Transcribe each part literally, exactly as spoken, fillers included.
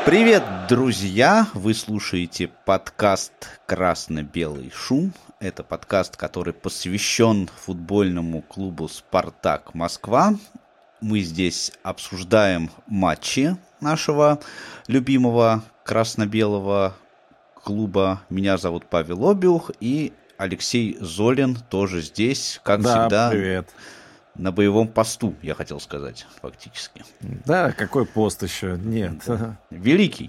Привет, друзья! Вы слушаете подкаст «Красно-белый шум». Это подкаст, который посвящен футбольному клубу «Спартак Москва». Мы здесь обсуждаем матчи нашего любимого красно-белого клуба. Меня зовут Павел Обиух, и Алексей Золин тоже здесь, как да, всегда. Привет. На боевом посту, я хотел сказать, фактически. Да, какой пост еще? Нет. Великий.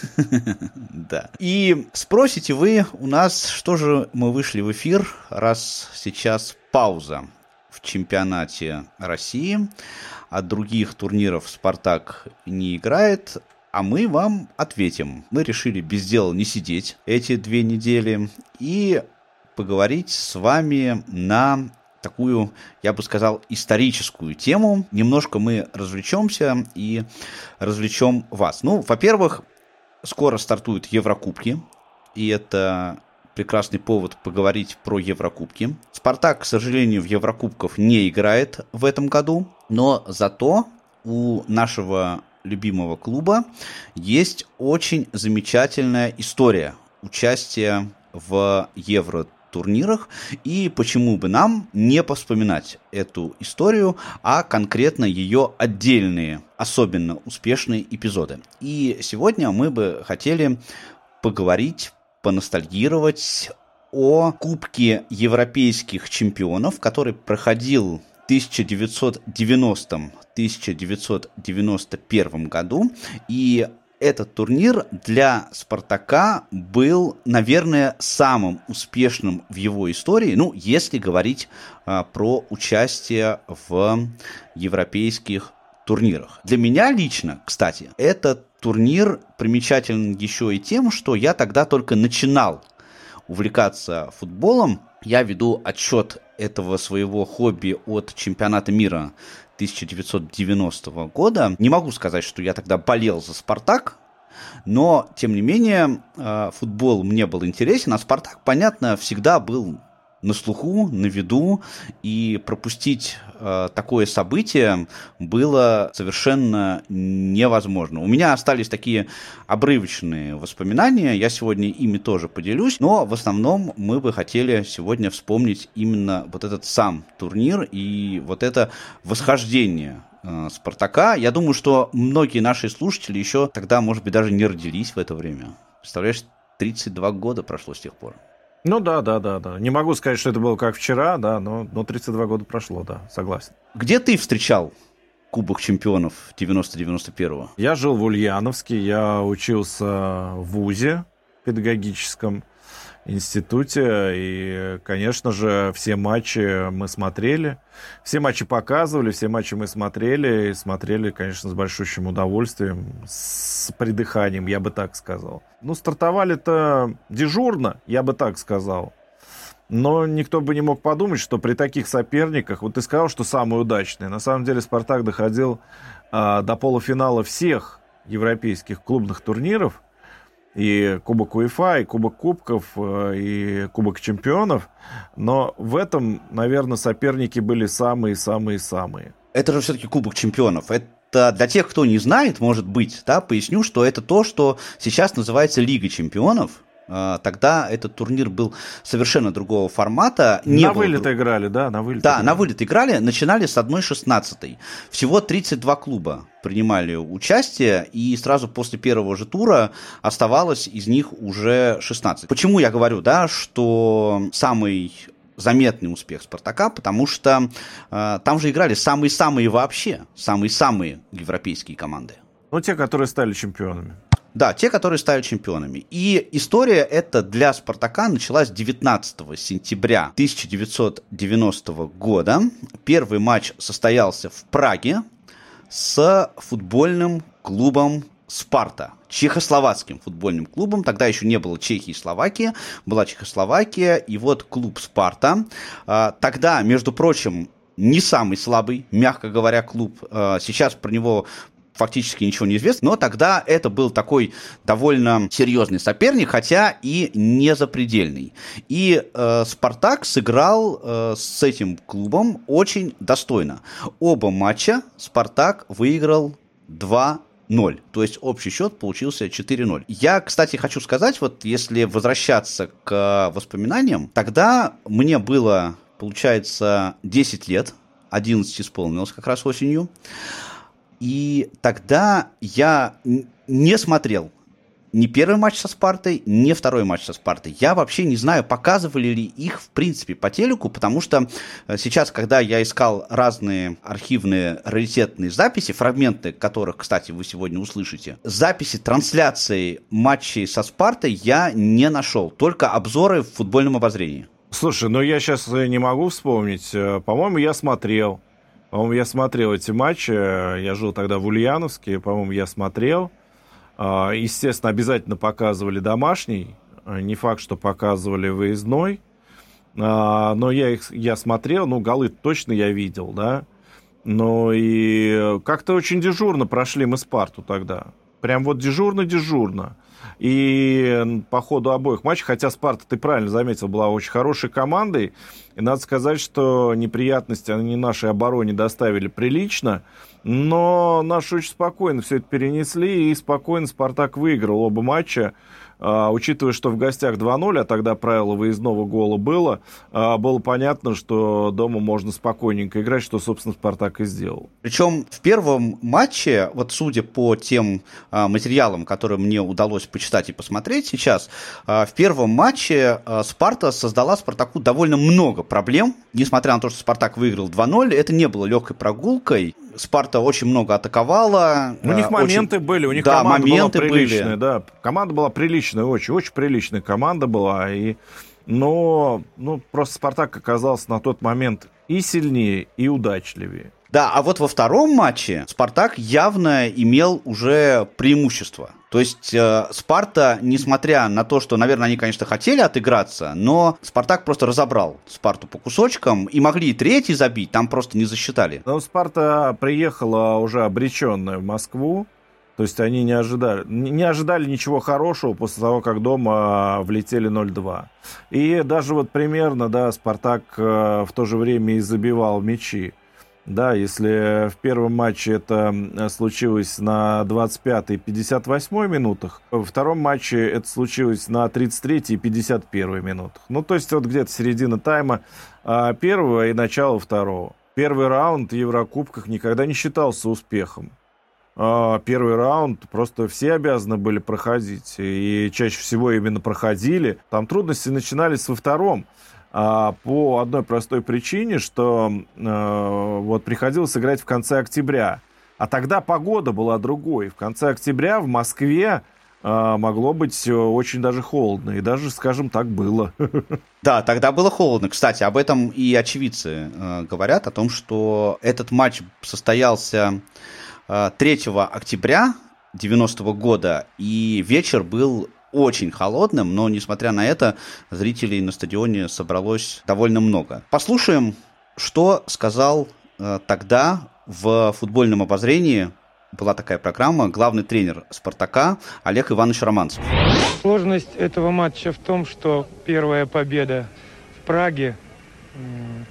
Да. И спросите вы у нас, что же мы вышли в эфир, раз сейчас пауза в чемпионате России, от других турниров «Спартак» не играет, а мы вам ответим. Мы решили без дела не сидеть эти две недели и поговорить с вами на такую, я бы сказал, историческую тему. Немножко мы развлечемся и развлечем вас. Ну, во-первых, скоро стартуют Еврокубки, и это прекрасный повод поговорить про Еврокубки. «Спартак», к сожалению, в Еврокубках не играет в этом году, но зато у нашего любимого клуба есть очень замечательная история участия в Еврокубках. Турнирах, и почему бы нам не повспоминать эту историю, а конкретно ее отдельные, особенно успешные эпизоды. И сегодня мы бы хотели поговорить, поностальгировать о Кубке европейских чемпионов, который проходил в тысяча девятьсот девяностом — тысяча девятьсот девяносто первом году, и этот турнир для «Спартака» был, наверное, самым успешным в его истории, ну, если говорить а, про участие в европейских турнирах. Для меня лично, кстати, этот турнир примечателен еще и тем, что я тогда только начинал увлекаться футболом. Я веду отсчет этого своего хобби от чемпионата мира тысяча девятьсот девяностого года. Не могу сказать, что я тогда болел за «Спартак», но, тем не менее, футбол мне был интересен, а «Спартак», понятно, всегда был на слуху, на виду, и пропустить э, такое событие было совершенно невозможно. У меня остались такие обрывочные воспоминания, я сегодня ими тоже поделюсь, но в основном мы бы хотели сегодня вспомнить именно вот этот сам турнир и вот это восхождение э, «Спартака». Я думаю, что многие наши слушатели еще тогда, может быть, даже не родились в это время. Представляешь, тридцать два года прошло с тех пор. Ну да, да, да, да. Не могу сказать, что это было как вчера, да, но, но тридцать два года прошло, да, согласен. Где ты встречал Кубок чемпионов девяносто девяносто первого? Я жил в Ульяновске, я учился в вузе педагогическом институте, и, конечно же, все матчи мы смотрели, все матчи показывали, все матчи мы смотрели, и смотрели, конечно, с большущим удовольствием, с придыханием, я бы так сказал. Ну, стартовали-то дежурно, я бы так сказал, но никто бы не мог подумать, что при таких соперниках, вот ты сказал, что самый удачный, на самом деле «Спартак» доходил а, до полуфинала всех европейских клубных турниров, и Кубок УЕФА, и Кубок Кубков, и Кубок Чемпионов. Но в этом, наверное, соперники были самые-самые-самые. Это же все-таки Кубок Чемпионов. Это для тех, кто не знает, может быть, да, поясню, что это то, что сейчас называется Лига Чемпионов. Тогда этот турнир был совершенно другого формата. Не на было вылет друг... играли, да? На вылет да, играли. на вылет играли. Начинали с одна шестнадцатой. Всего тридцать два клуба принимали участие, и сразу после первого же тура оставалось из них уже шестнадцать. Почему я говорю, да, что самый заметный успех «Спартака», потому что э, там же играли самые-самые вообще, самые-самые европейские команды. Ну, те, которые стали чемпионами. Да, те, которые стали чемпионами. И история эта для «Спартака» началась девятнадцатого сентября тысяча девятьсот девяностого года. Первый матч состоялся в Праге с футбольным клубом «Спарта», чехословацким футбольным клубом. Тогда еще не было Чехии и Словакии, была Чехословакия, и вот клуб «Спарта». Тогда, между прочим, не самый слабый, мягко говоря, клуб. Сейчас про него фактически ничего не известно, но тогда это был такой довольно серьезный соперник, хотя и не запредельный. И э, «Спартак» сыграл э, с этим клубом очень достойно. Оба матча «Спартак» выиграл два ноль. То есть общий счет получился четыре ноль. Я, кстати, хочу сказать, вот если возвращаться к воспоминаниям, тогда мне было, получается, десять лет, одиннадцать исполнилось как раз осенью, и тогда я не смотрел ни первый матч со Спартой, ни второй матч со Спартой. Я вообще не знаю, показывали ли их в принципе по телеку, потому что сейчас, когда я искал разные архивные раритетные записи, фрагменты которых, кстати, вы сегодня услышите, записи трансляции матчей со Спартой я не нашел, только обзоры в футбольном обозрении. Слушай, ну я сейчас не могу вспомнить. По-моему, я смотрел. По-моему, я смотрел эти матчи. Я жил тогда в Ульяновске. По-моему, я смотрел. Естественно, обязательно показывали домашний. Не факт, что показывали выездной. Но я их я смотрел. Ну, голы точно я видел, да. Ну и как-то очень дежурно прошли мы Спарту тогда. Прям вот дежурно-дежурно. И по ходу обоих матчей, хотя Спарта, ты правильно заметил, была очень хорошей командой, и надо сказать, что неприятности они нашей обороне доставили прилично, но наши очень спокойно все это перенесли, и спокойно Спартак выиграл оба матча. А, учитывая, что в гостях два ноль, а тогда правило выездного гола было, а, было понятно, что дома можно спокойненько играть, что, собственно, Спартак и сделал. Причем в первом матче, вот судя по тем а, материалам, которые мне удалось почитать и посмотреть сейчас, а, в первом матче а, Спарта создала Спартаку довольно много проблем. Несмотря на то, что Спартак выиграл два ноль, это не было легкой прогулкой. Спарта очень много атаковала. У них моменты очень... были, у них да, команда была приличная, были. Да, команда была приличная, очень, очень приличная команда была, и, но ну, просто Спартак оказался на тот момент и сильнее, и удачливее. Да, а вот во втором матче Спартак явно имел уже преимущество. То есть э, Спарта, несмотря на то, что, наверное, они, конечно, хотели отыграться, но Спартак просто разобрал Спарту по кусочкам, и могли и третий забить, там просто не засчитали. Но Спарта приехала уже обреченная в Москву, то есть они не ожидали, не ожидали ничего хорошего после того, как дома влетели ноль два. И даже вот примерно, да, Спартак э, в то же время и забивал мячи. Да, если в первом матче это случилось на двадцать пятой и пятьдесят восьмой минутах, во втором матче это случилось на тридцать третьей и пятьдесят первой минутах. Ну, то есть вот где-то середина тайма первого и начало второго. Первый раунд в Еврокубках никогда не считался успехом. Первый раунд просто все обязаны были проходить, и чаще всего именно проходили. Там трудности начинались во втором. По одной простой причине, что э, вот приходилось играть в конце октября. А тогда погода была другой. В конце октября в Москве э, могло быть очень даже холодно. И даже, скажем так, было. Да, тогда было холодно. Кстати, об этом и очевидцы э, говорят, о том, что этот матч состоялся э, третьего октября девяностого года, и вечер был очень холодным, но, несмотря на это, зрителей на стадионе собралось довольно много. Послушаем, что сказал э, тогда в футбольном обозрении, была такая программа, главный тренер «Спартака» Олег Иванович Романцев. Сложность этого матча в том, что первая победа в Праге, э,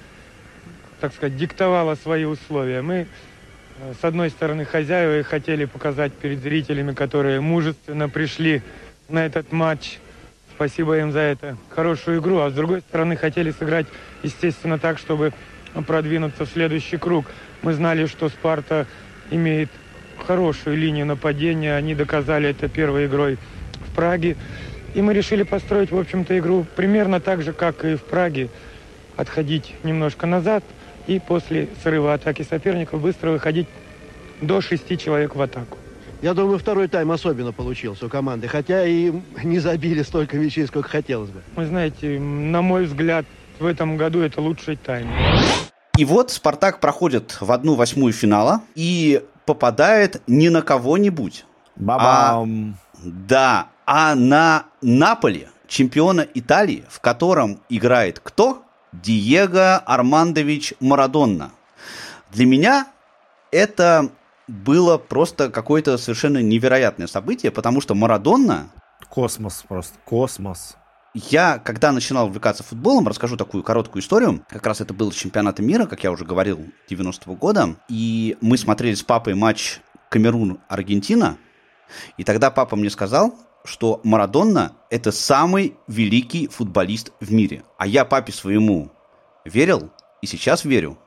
так сказать, диктовала свои условия. Мы, э, с одной стороны, хозяева, хотели показать перед зрителями, которые мужественно пришли на этот матч, спасибо им за это, хорошую игру, а с другой стороны хотели сыграть, естественно, так, чтобы продвинуться в следующий круг. Мы знали, что Спарта имеет хорошую линию нападения, они доказали это первой игрой в Праге, и мы решили построить, в общем-то, игру примерно так же, как и в Праге, отходить немножко назад и после срыва атаки соперников быстро выходить до шести человек в атаку. Я думаю, второй тайм особенно получился у команды, хотя и не забили столько мячей, сколько хотелось бы. Вы знаете, на мой взгляд, в этом году это лучший тайм. И вот Спартак проходит в одну восьмую финала и попадает не на кого-нибудь. Ба-бам! А, да, а на Наполи, чемпиона Италии, в котором играет кто? Диего Армандович Марадонна. Для меня это было просто какое-то совершенно невероятное событие, потому что Марадонна... Космос просто, космос. Я, когда начинал увлекаться футболом, расскажу такую короткую историю. Как раз это был чемпионат мира, как я уже говорил, девяностого года. И мы смотрели с папой матч Камерун-Аргентина, и тогда папа мне сказал, что Марадона – это самый великий футболист в мире. А я папе своему верил и сейчас верю.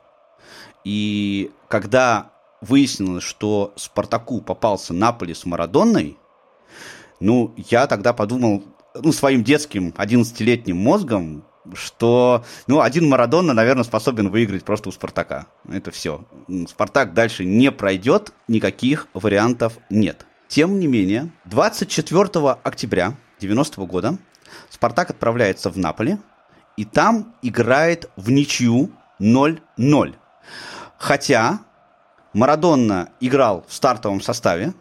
И когда выяснилось, что Спартаку попался Наполи с Марадонной, ну, я тогда подумал, ну, своим детским одиннадцатилетним мозгом, что, ну, один Марадона, наверное, способен выиграть просто у Спартака. Это все. Спартак дальше не пройдет, никаких вариантов нет. Тем не менее, двадцать четвёртого октября девяностого года Спартак отправляется в Наполи, и там играет в ничью ноль ноль. Хотя Марадона играл в стартовом составе,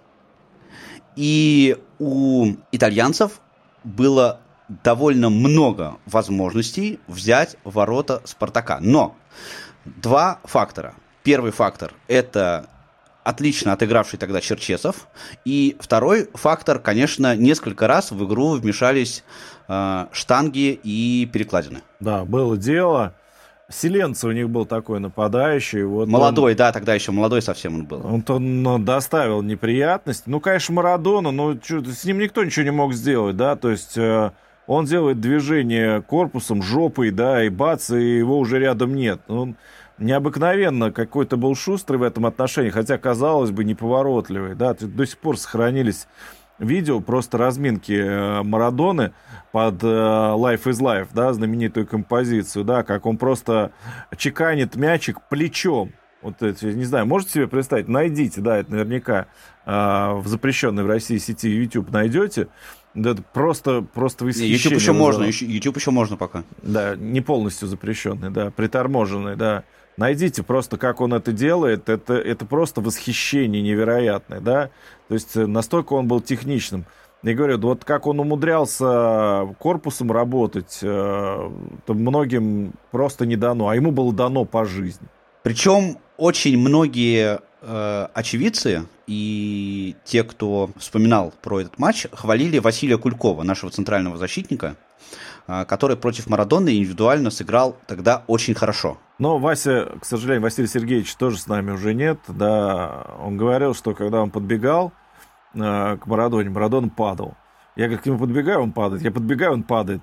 и у итальянцев было довольно много возможностей взять ворота Спартака. Но два фактора. Первый фактор – это отлично отыгравший тогда Черчесов. И второй фактор, конечно, несколько раз в игру вмешались э, штанги и перекладины. Да, было дело. Селенцо у них был такой нападающий. Вот молодой, он, да, тогда еще молодой совсем он был. Он, он ну, доставил неприятности. Ну, конечно, Марадона, но чё, с ним никто ничего не мог сделать, да, то есть э, он делает движение корпусом, жопой, да, и бац, и его уже рядом нет. Он необыкновенно какой-то был шустрый в этом отношении, хотя, казалось бы, неповоротливый, да, до сих пор сохранились видео просто разминки Марадоны под Life is Life, да, знаменитую композицию, да, как он просто чеканит мячик плечом. Вот это, не знаю, можете себе представить? Найдите, да, это наверняка в запрещенной в России сети YouTube найдете. Да, это просто, просто восхищение. YouTube еще можно, YouTube еще можно пока. Да, не полностью запрещенный, да, приторможенный, да. Найдите просто, как он это делает, это, это просто восхищение невероятное, да, то есть настолько он был техничным. Я говорю, вот как он умудрялся корпусом работать, то многим просто не дано, а ему было дано по жизни. Причем очень многие э, очевидцы и те, кто вспоминал про этот матч, хвалили Василия Кулькова, нашего центрального защитника, э, который против Марадоны индивидуально сыграл тогда очень хорошо. Но Вася, к сожалению, Василий Сергеевич тоже с нами уже нет. Да, он говорил, что когда он подбегал э, к Марадоне, Марадона падал. Я говорю, к нему подбегаю, он падает. Я подбегаю, он падает.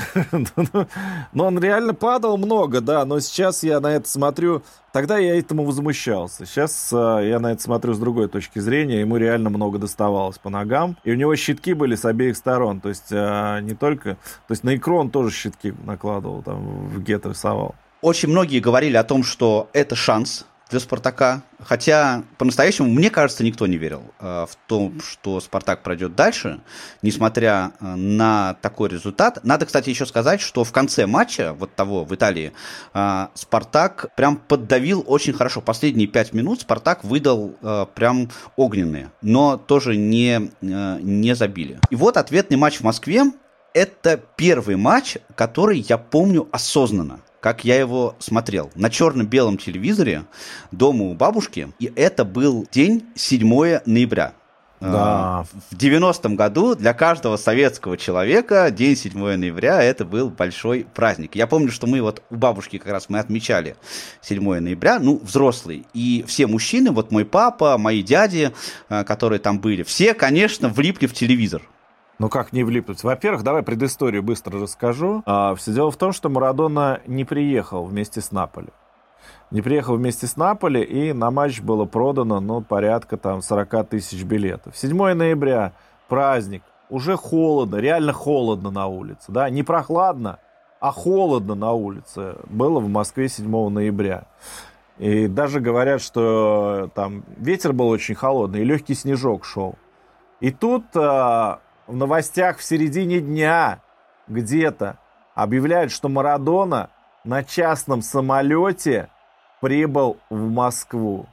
Но он реально падал много, да. Но сейчас я на это смотрю... Тогда я этому возмущался. Сейчас я на это смотрю с другой точки зрения. Ему реально много доставалось по ногам. И у него щитки были с обеих сторон. То есть не только... То есть на икру он тоже щитки накладывал, там в гетто рисовал. Очень многие говорили о том, что это шанс для Спартака, хотя по-настоящему, мне кажется, никто не верил э, в том, что Спартак пройдет дальше, несмотря на такой результат. Надо, кстати, еще сказать, что в конце матча, вот того в Италии, э, Спартак прям поддавил очень хорошо. Последние пять минут Спартак выдал э, прям огненные, но тоже не, э, не забили. И вот ответный матч в Москве. Это первый матч, который я помню осознанно, как я его смотрел на черно-белом телевизоре дома у бабушки. И это был день седьмого ноября. Да. В девяностом году для каждого советского человека день седьмого ноября это был большой праздник. Я помню, что мы вот у бабушки как раз мы отмечали седьмого ноября, ну, взрослые. И все мужчины, вот мой папа, мои дяди, которые там были, все, конечно, влипли в телевизор. Ну как не влипнуть? Во-первых, давай предысторию быстро расскажу. А, все дело в том, что Марадона не приехал вместе с Наполи. Не приехал вместе с Наполи, и на матч было продано, ну, порядка там сорок тысяч билетов. седьмого ноября, праздник, уже холодно, реально холодно на улице, да, не прохладно, а холодно на улице было в Москве седьмого ноября. И даже говорят, что там ветер был очень холодный, и легкий снежок шел. И тут... А, в новостях в середине дня где-то объявляют, что Марадона на частном самолете прибыл в Москву.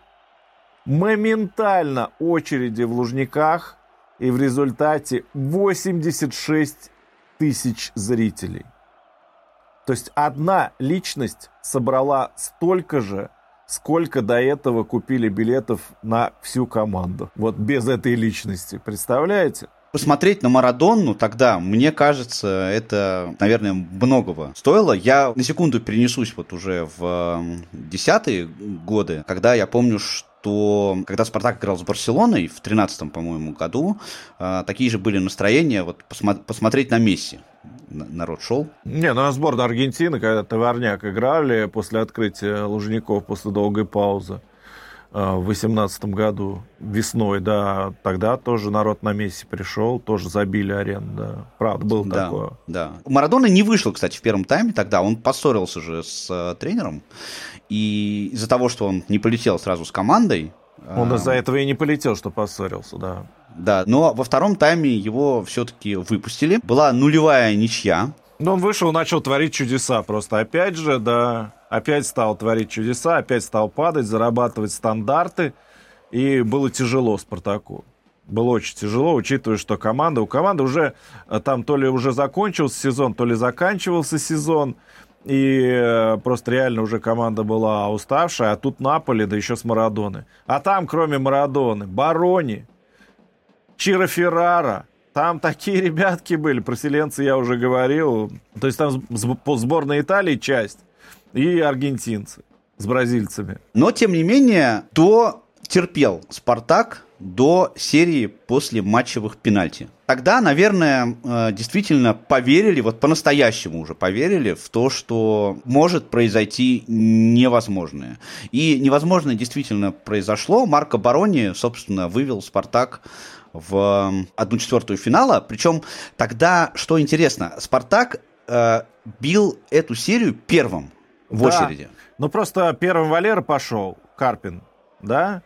Моментально очереди в Лужниках, и в результате восемьдесят шесть тысяч зрителей. То есть одна личность собрала столько же, сколько до этого купили билетов на всю команду. Вот без этой личности. Представляете? Посмотреть на Марадонну тогда, мне кажется, это, наверное, многого стоило. Я на секунду перенесусь вот уже в десятые годы, когда я помню, что то когда «Спартак» играл с «Барселоной» в тринадцатом, по-моему, году, такие же были настроения вот посмотреть на Месси. Народ шел. Не, ну на сборную Аргентины, когда товарняк играли после открытия Лужников, после долгой паузы в восемнадцатом году, весной, да, тогда тоже народ на Месси пришел, тоже забили арену, да. Правда, было да, такое. Да. Марадона не вышел, кстати, в первом тайме тогда, он поссорился же с э, тренером, и из-за того, что он не полетел сразу с командой... Он э, из-за этого и не полетел, что поссорился, да. Да, но во втором тайме его все-таки выпустили. Была нулевая ничья. Но он вышел, начал творить чудеса просто. Опять же, да, опять стал творить чудеса, опять стал падать, зарабатывать стандарты. И было тяжело «Спартаку». Было очень тяжело, учитывая, что команда... У команды уже там то ли уже закончился сезон, то ли заканчивался сезон. И просто реально уже команда была уставшая. А тут Наполи, да еще с Марадоной. А там, кроме Марадоны, Барони, Чиро Феррара, там такие ребятки были, проселенцы я уже говорил. То есть там по сборной Италии часть и аргентинцы с бразильцами. Но, тем не менее, то терпел «Спартак» до серии после матчевых пенальти. Тогда, наверное, действительно поверили, вот по-настоящему уже поверили в то, что может произойти невозможное. И невозможное действительно произошло. Марко Барони, собственно, вывел «Спартак» в одну четвертую финала. Причем тогда, что интересно, «Спартак» э, бил эту серию первым в да. очереди. Ну, просто первым Валера пошел, Карпин, да?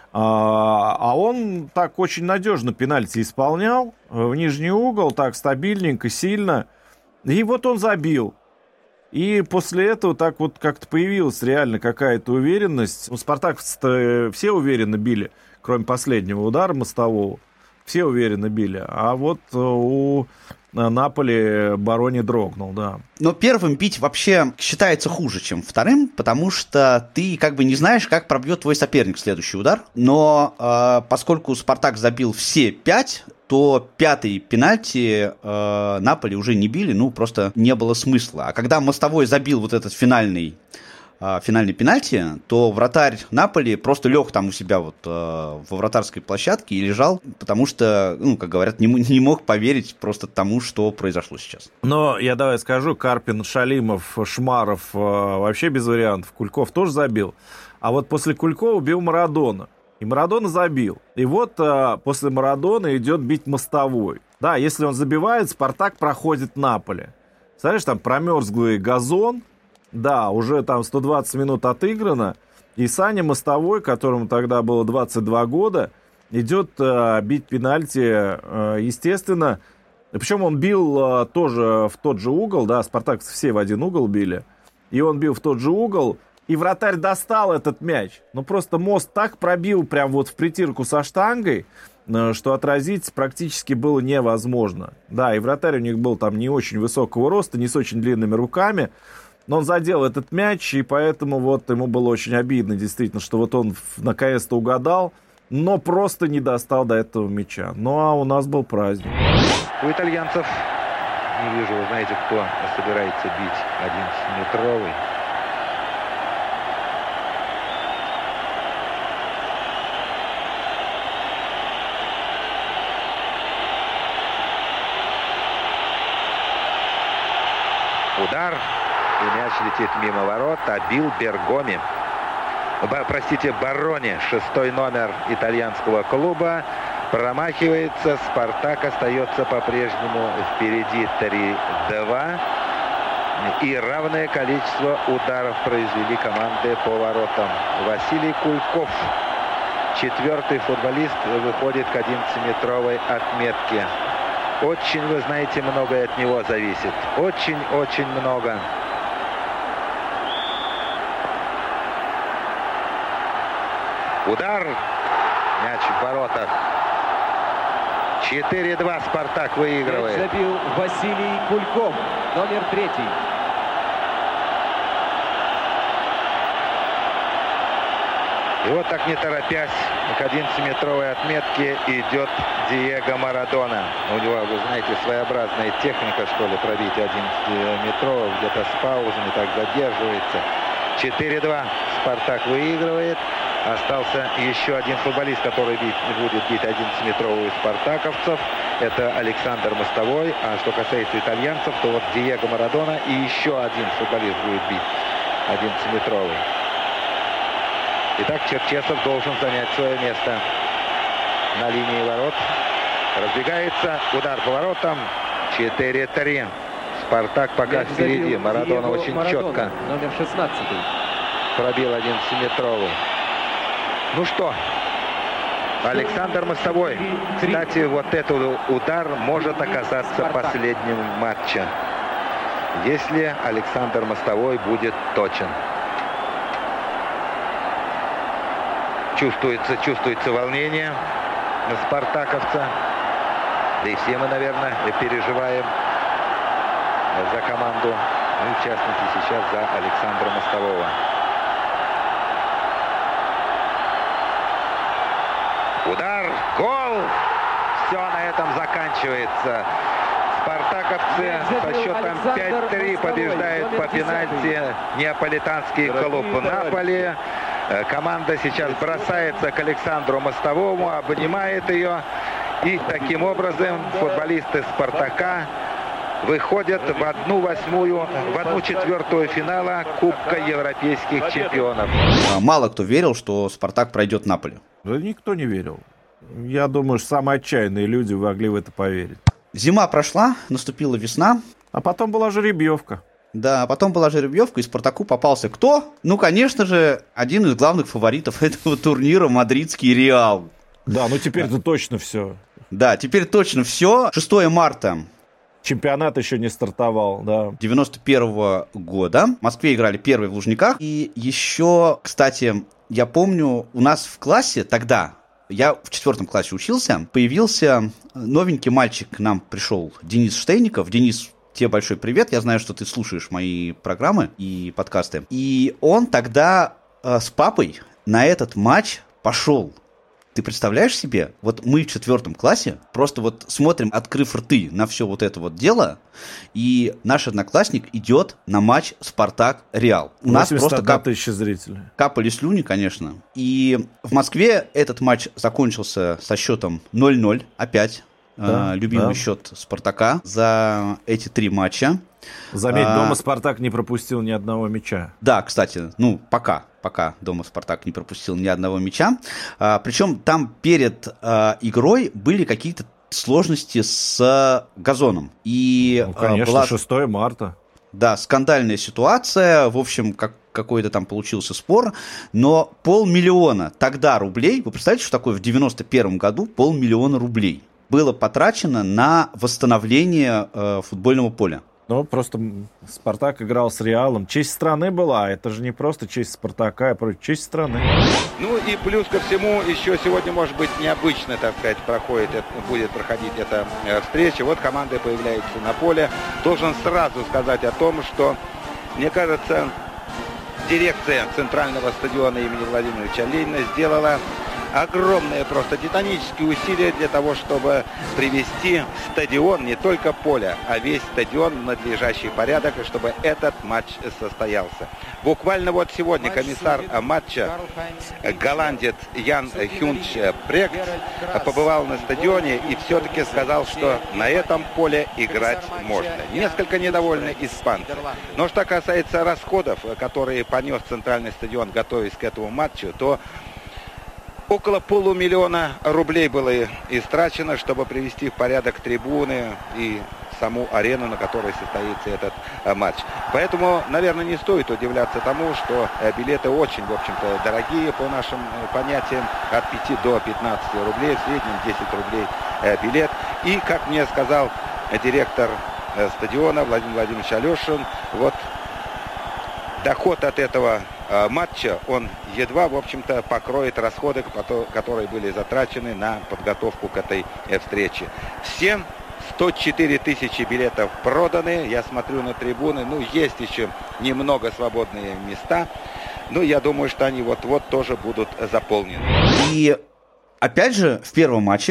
А, а он так очень надежно пенальти исполнял, в нижний угол, так стабильненько, сильно. И вот он забил. И после этого так вот как-то появилась реально какая-то уверенность. У «Спартаковцы» все уверенно били, кроме последнего удара мостового. Все уверенно били. А вот у Наполи Барони дрогнул, да. Но первым бить вообще считается хуже, чем вторым, потому что ты как бы не знаешь, как пробьет твой соперник следующий удар. Но э, поскольку «Спартак» забил все пять, то пятый пенальти э, Наполи уже не били, ну просто не было смысла. А когда мостовой забил вот этот финальный финальный пенальти, то вратарь Наполи просто лег там у себя вот э, во вратарской площадке и лежал, потому что, ну, как говорят, не, не мог поверить просто тому, что произошло сейчас. Но я давай скажу, Карпин, Шалимов, Шмаров э, вообще без вариантов. Кульков тоже забил. А вот после Кулькова бил Марадона. И Марадона забил. И вот э, после Марадона идет бить мостовой. Да, если он забивает, «Спартак» проходит Наполи. Знаешь, там промерзглый газон. Да, уже там сто двадцать минут отыграно, и Саня Мостовой, которому тогда было двадцать два года, идет э, бить пенальти, э, естественно. Причем он бил э, тоже в тот же угол, да, спартаковцы все в один угол били, и он бил в тот же угол, и вратарь достал этот мяч. Ну, просто Мост так пробил прям вот в притирку со штангой, э, что отразить практически было невозможно. Да, и вратарь у них был там не очень высокого роста, не с очень длинными руками, но он задел этот мяч, и поэтому вот ему было очень обидно, действительно, что вот он наконец-то угадал, но просто не достал до этого мяча. Ну, а у нас был праздник. У итальянцев, не вижу, вы знаете, кто собирается бить одиннадцатиметровый. Удар. И мяч летит мимо ворот, а бил Бергоми. Б, простите, Барони, шестой номер итальянского клуба. Промахивается. «Спартак» остается по-прежнему впереди три-два. И равное количество ударов произвели команды по воротам. Василий Кульков, четвертый футболист, выходит к одиннадцатиметровой отметке. Очень, вы знаете, многое от него зависит. Очень-очень много. Удар. Мяч в воротах. четыре-два. «Спартак» выигрывает. Мяч забил Василий Кульков, номер третий. И вот так, не торопясь, к одиннадцатиметровой отметке идет Диего Марадона. У него, вы знаете, своеобразная техника, что ли, пробить одиннадцатиметрового, где-то с паузами так задерживается. четыре-два. «Спартак» выигрывает. Остался еще один футболист, который бить, будет бить одиннадцатиметровую спартаковцев. Это Александр Мостовой. А что касается итальянцев, то вот Диего Марадона и еще один футболист будет бить одиннадцатиметровый. Итак, Черчесов должен занять свое место на линии ворот. Разбегается. Удар по воротам. четыре три. Спартак пока впереди. Марадона очень четко. Номер шестнадцатый. Пробил одиннадцатиметровый. Ну что, Александр Мостовой. Кстати, вот этот удар может оказаться последним в матче, если Александр Мостовой будет точен. Чувствуется, чувствуется волнение спартаковца. Да и все мы, наверное, переживаем за команду, ну, в частности, сейчас за Александра Мостового. Удар, гол! Все на этом заканчивается. Спартаковцы со счетом пять три побеждают по пенальти неаполитанский клуб Наполи. Команда сейчас бросается к Александру Мостовому, обнимает ее. И таким образом футболисты Спартака выходят в одну восьмую, в одну четвертую финала Кубка Европейских чемпионов. Мало кто верил, что Спартак пройдет Наполи. Да никто не верил. Я думаю, что самые отчаянные люди могли в это поверить. Зима прошла, наступила весна. А потом была жеребьевка. Да, потом была жеребьевка, и Спартаку попался кто? Ну, конечно же, один из главных фаворитов этого турнира — мадридский Реал. Да, ну теперь-то точно все. Да, теперь точно все. шестого марта. Чемпионат еще не стартовал, да. девяносто первого года. В Москве играли первые в Лужниках. И еще, кстати, я помню, у нас в классе тогда, я в четвертом классе учился, появился новенький мальчик, к нам пришел Денис Штейников. Денис, тебе большой привет, я знаю, что ты слушаешь мои программы и подкасты. И он тогда э, с папой на этот матч пошел. Ты представляешь себе, вот мы в четвертом классе просто вот смотрим, открыв рты на все вот это вот дело, и наш одноклассник идет на матч Спартак-Реал. У нас просто кап... тысячи зрителей. Капали слюни, конечно. И в Москве этот матч закончился со счетом ноль ноль, опять. Да, любимый да. счет Спартака за эти три матча. Заметь, а, дома Спартак не пропустил ни одного мяча. Да, кстати, ну, пока, пока дома Спартак не пропустил ни одного мяча. А, причем там перед а, игрой были какие-то сложности с газоном. И, ну, конечно, была, шестого марта. Да, скандальная ситуация. В общем, как какой-то там получился спор. Но полмиллиона тогда рублей, вы представляете, что такое в девяносто первом году полмиллиона рублей было потрачено на восстановление э, футбольного поля. Ну, просто Спартак играл с Реалом. Честь страны была. Это же не просто честь Спартака, а просто честь страны. Ну и плюс ко всему, еще сегодня, может быть, необычно, так сказать, проходит, будет проходить эта встреча. Вот команда появляется на поле. Должен сразу сказать о том, что, мне кажется, дирекция центрального стадиона имени Владимира Ильича Ленина сделала огромные, просто титанические усилия для того, чтобы привести стадион, не только поле, а весь стадион в надлежащий порядок, и чтобы этот матч состоялся. Буквально вот сегодня комиссар матча, голландец Ян Хюнч Прект, побывал на стадионе и все-таки сказал, что на этом поле играть можно. Несколько недовольны испанцы. Но что касается расходов, которые понес центральный стадион, готовясь к этому матчу, то около полумиллиона рублей было истрачено, чтобы привести в порядок трибуны и саму арену, на которой состоится этот матч. Поэтому, наверное, не стоит удивляться тому, что билеты очень, в общем-то, дорогие по нашим понятиям, от пяти до пятнадцати рублей, в среднем десять рублей билет. И, как мне сказал директор стадиона Владимир Владимирович Алешин, вот доход от этого матча, он едва, в общем-то, покроет расходы, которые были затрачены на подготовку к этой встрече. Все сто четыре тысячи билетов проданы. Я смотрю на трибуны. Ну, есть еще немного свободные места. Но я думаю, что они вот-вот тоже будут заполнены. И опять же, в первом матче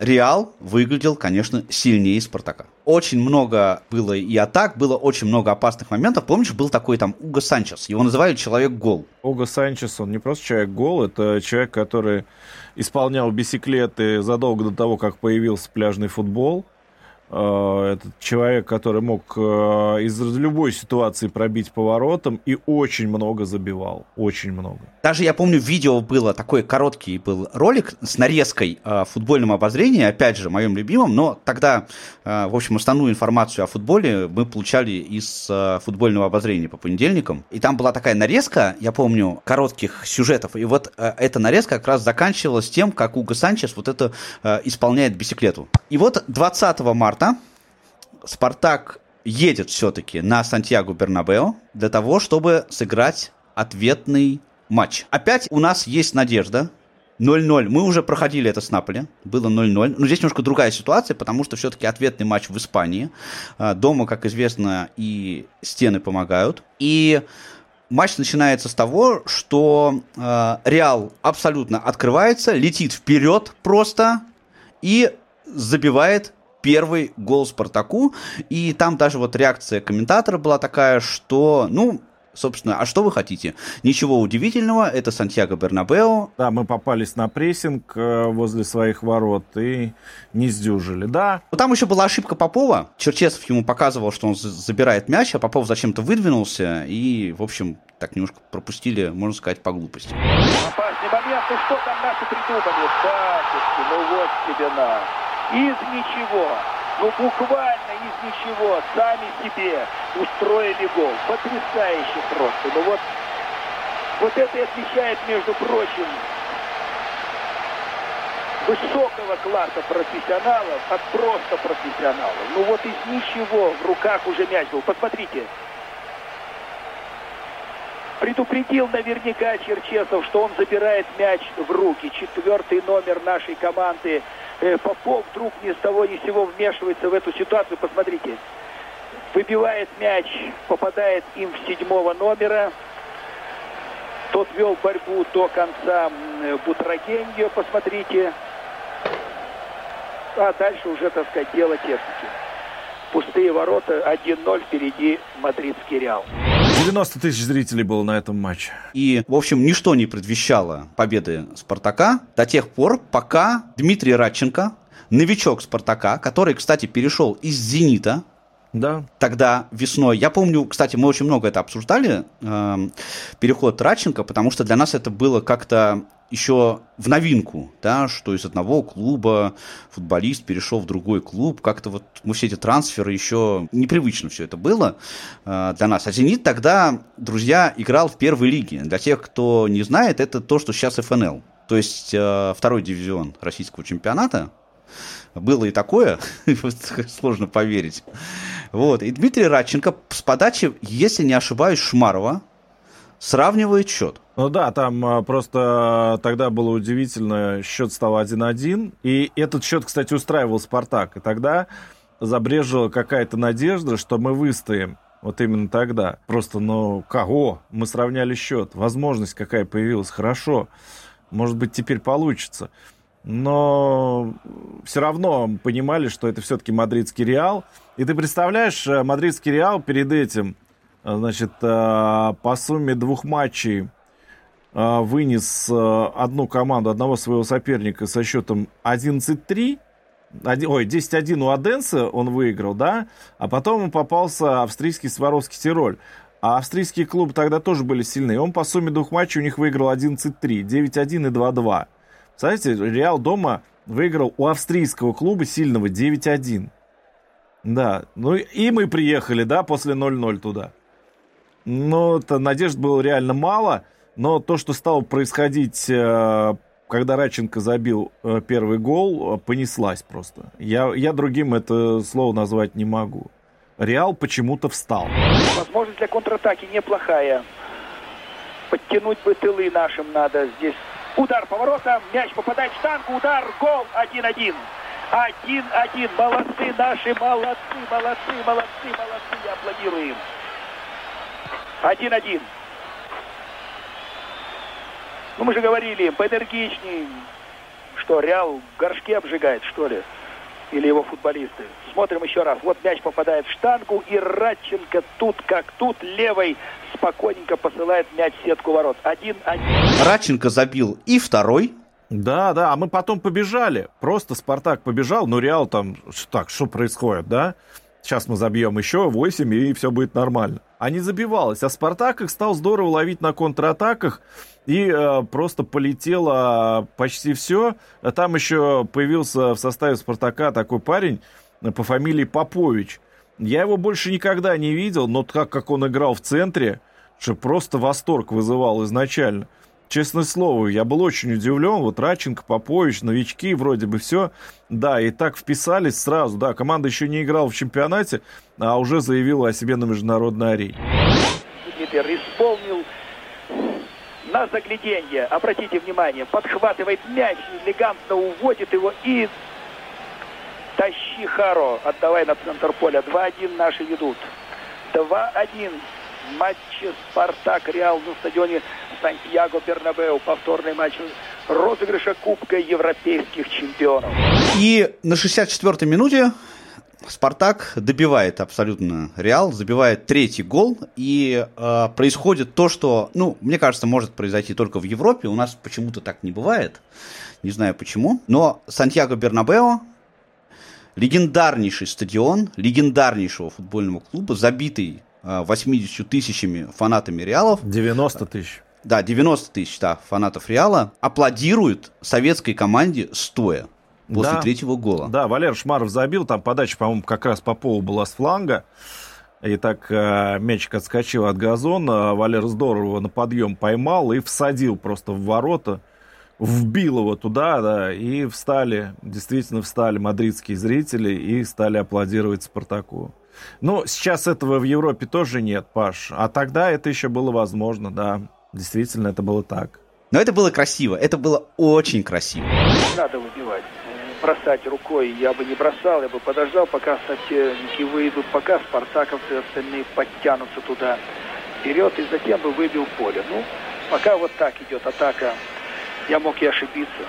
Реал выглядел, конечно, сильнее Спартака. Очень много было и атак, было очень много опасных моментов. Помнишь, был такой там Уго Санчес, его называли Человек-гол. Уго Санчес, он не просто Человек-гол, это человек, который исполнял бисиклеты задолго до того, как появился пляжный футбол. Это человек, который мог из любой ситуации пробить поворотом и очень много забивал. Очень много. Даже я помню, видео было, такой короткий был ролик с нарезкой э, футбольного обозрения, опять же, моем любимом, но тогда, э, в общем, основную информацию о футболе мы получали из э, футбольного обозрения по понедельникам. И там была такая нарезка, я помню, коротких сюжетов, и вот э, эта нарезка как раз заканчивалась тем, как Уго Санчес вот это э, исполняет бисиклету. И вот двадцатого марта Спартак едет все-таки на Сантьяго-Бернабеу для того, чтобы сыграть ответный матч. Опять у нас есть надежда. ноль-ноль. Мы уже проходили это с Наполи. Было ноль-ноль. Но здесь немножко другая ситуация, потому что все-таки ответный матч в Испании. Дома, как известно, и стены помогают. И матч начинается с того, что Реал абсолютно открывается, летит вперед просто и забивает первый гол Спартаку, и там даже вот реакция комментатора была такая, что, ну, собственно, а что вы хотите? Ничего удивительного, это Сантьяго-Бернабеу. Да, мы попались на прессинг возле своих ворот и не сдюжили, да. Но там еще была ошибка Попова. Черчесов ему показывал, что он забирает мяч, а Попов зачем-то выдвинулся, и, в общем, так немножко пропустили, можно сказать, по глупости. Опасный момент, ну что там наши придумали? Батюшки, ну вот тебе на... Из ничего, ну буквально из ничего, сами себе устроили гол. Потрясающе просто. Ну вот, вот это и отличает, между прочим, высокого класса профессионалов от просто профессионалов. Ну вот из ничего в руках уже мяч был. Посмотрите. Предупредил наверняка Черчесов, что он забирает мяч в руки. Четвертый номер нашей команды Попов вдруг ни с того ни с сего вмешивается в эту ситуацию. Посмотрите. Выбивает мяч, попадает им в седьмого номера. Тот вел борьбу до конца Бутрагеньо, посмотрите. А дальше уже, так сказать, дело техники. Пустые ворота, один-ноль впереди мадридский Реал. девяносто тысяч зрителей было на этом матче. И, в общем, ничто не предвещало победы Спартака до тех пор, пока Дмитрий Радченко, новичок Спартака, который, кстати, перешел из «Зенита», да. Тогда весной. Я помню, кстати, мы очень много это обсуждали, э, переход Радченко, потому что для нас это было как-то еще в новинку, да, что из одного клуба футболист перешел в другой клуб. Как-то вот мы все эти трансферы еще непривычно все это было э, для нас. А «Зенит» тогда, друзья, играл в первой лиге. Для тех, кто не знает, это то, что сейчас эф эн эл. То есть э, второй дивизион российского чемпионата. Было и такое, сложно поверить. Вот. И Дмитрий Радченко с подачи, если не ошибаюсь, Шмарова сравнивает счет. Ну да, там просто тогда было удивительно, счет стал один-один, и этот счет, кстати, устраивал «Спартак», и тогда забрежила какая-то надежда, что мы выстоим. Вот именно тогда. Просто, ну, кого? Мы сравняли счет. Возможность какая появилась. Хорошо. Может быть, теперь получится. Но все равно понимали, что это все-таки мадридский Реал. И ты представляешь, мадридский Реал перед этим, значит, по сумме двух матчей вынес одну команду, одного своего соперника со счетом одиннадцать три. Ой, десять один у Аденса он выиграл, да? А потом ему попался австрийский Сваровский Тироль. А австрийские клубы тогда тоже были сильны. Он по сумме двух матчей у них выиграл одиннадцать три, девять один и два два. Представляете, Реал дома выиграл у австрийского клуба сильного девять один. Да, ну и мы приехали, да, после ноль-ноль туда. Ну, это надежд было реально мало, но то, что стало происходить, когда Радченко забил первый гол, понеслась просто. Я, я другим это слово назвать не могу. Реал почему-то встал. Возможность для контратаки неплохая. Подтянуть бы тылы нашим надо здесь. Удар поворота, мяч попадает в штангу, удар, гол, один-один. один-один, молодцы наши, молодцы, молодцы, молодцы, молодцы, я аплодирую им. один-один. Ну, мы же говорили, поэнергичнее, что, Реал в горшке обжигает, что ли? Или его футболисты? Смотрим еще раз. Вот мяч попадает в штангу, и Радченко тут как тут левой спокойненько посылает мяч в сетку ворот. Один-один. Радченко забил и второй. Да, да, а мы потом побежали. Просто Спартак побежал, но Реал там... Так, что происходит, да? Сейчас мы забьем еще восемь, и все будет нормально. А не забивалось. А Спартак их стал здорово ловить на контратаках, и э, просто полетело почти все. А там еще появился в составе Спартака такой парень по фамилии Попович. Я его больше никогда не видел, но так как он играл в центре, что просто восторг вызывал изначально. Честное слово, я был очень удивлен. Вот Радченко, Попович, новички, вроде бы все. Да, и так вписались сразу. Да, команда еще не играла в чемпионате, а уже заявила о себе на международной арене. Дмитрий исполнил на загляденье. Обратите внимание, подхватывает мяч, элегантно уводит его и... Тащи, Харо, отдавай на центр поля. два-один наши ведут. два-один. В матче Спартак-Реал на стадионе Сантьяго Бернабеу. Повторный матч розыгрыша Кубка Европейских чемпионов. И на шестьдесят четвёртой минуте Спартак добивает абсолютно Реал, забивает третий гол. И э, происходит то, что, ну, мне кажется, может произойти только в Европе. У нас почему-то так не бывает. Не знаю почему. Но Сантьяго Бернабеу, легендарнейший стадион легендарнейшего футбольного клуба, забитый восьмидесятью тысячами фанатами Реалов. девяносто тысяч. Да, девяносто тысяч, да, фанатов Реала аплодируют советской команде стоя после да, третьего гола. Да, Валер Шмаров забил, там подача, по-моему, как раз Попова была с фланга. И так э, мячик отскочил от газона, Валер здорово на подъем поймал и всадил просто в ворота. Вбил его туда, да, и встали, действительно встали мадридские зрители и стали аплодировать Спартаку. Ну, сейчас этого в Европе тоже нет, Паш. А тогда это еще было возможно, да. Действительно, это было так. Но это было красиво, это было очень красиво. Надо выбивать. Бросать рукой я бы не бросал, я бы подождал, пока соперники выйдут, пока спартаковцы остальные подтянутся туда вперед, и затем бы выбил поле. Ну, пока вот так идет атака, я мог и ошибиться.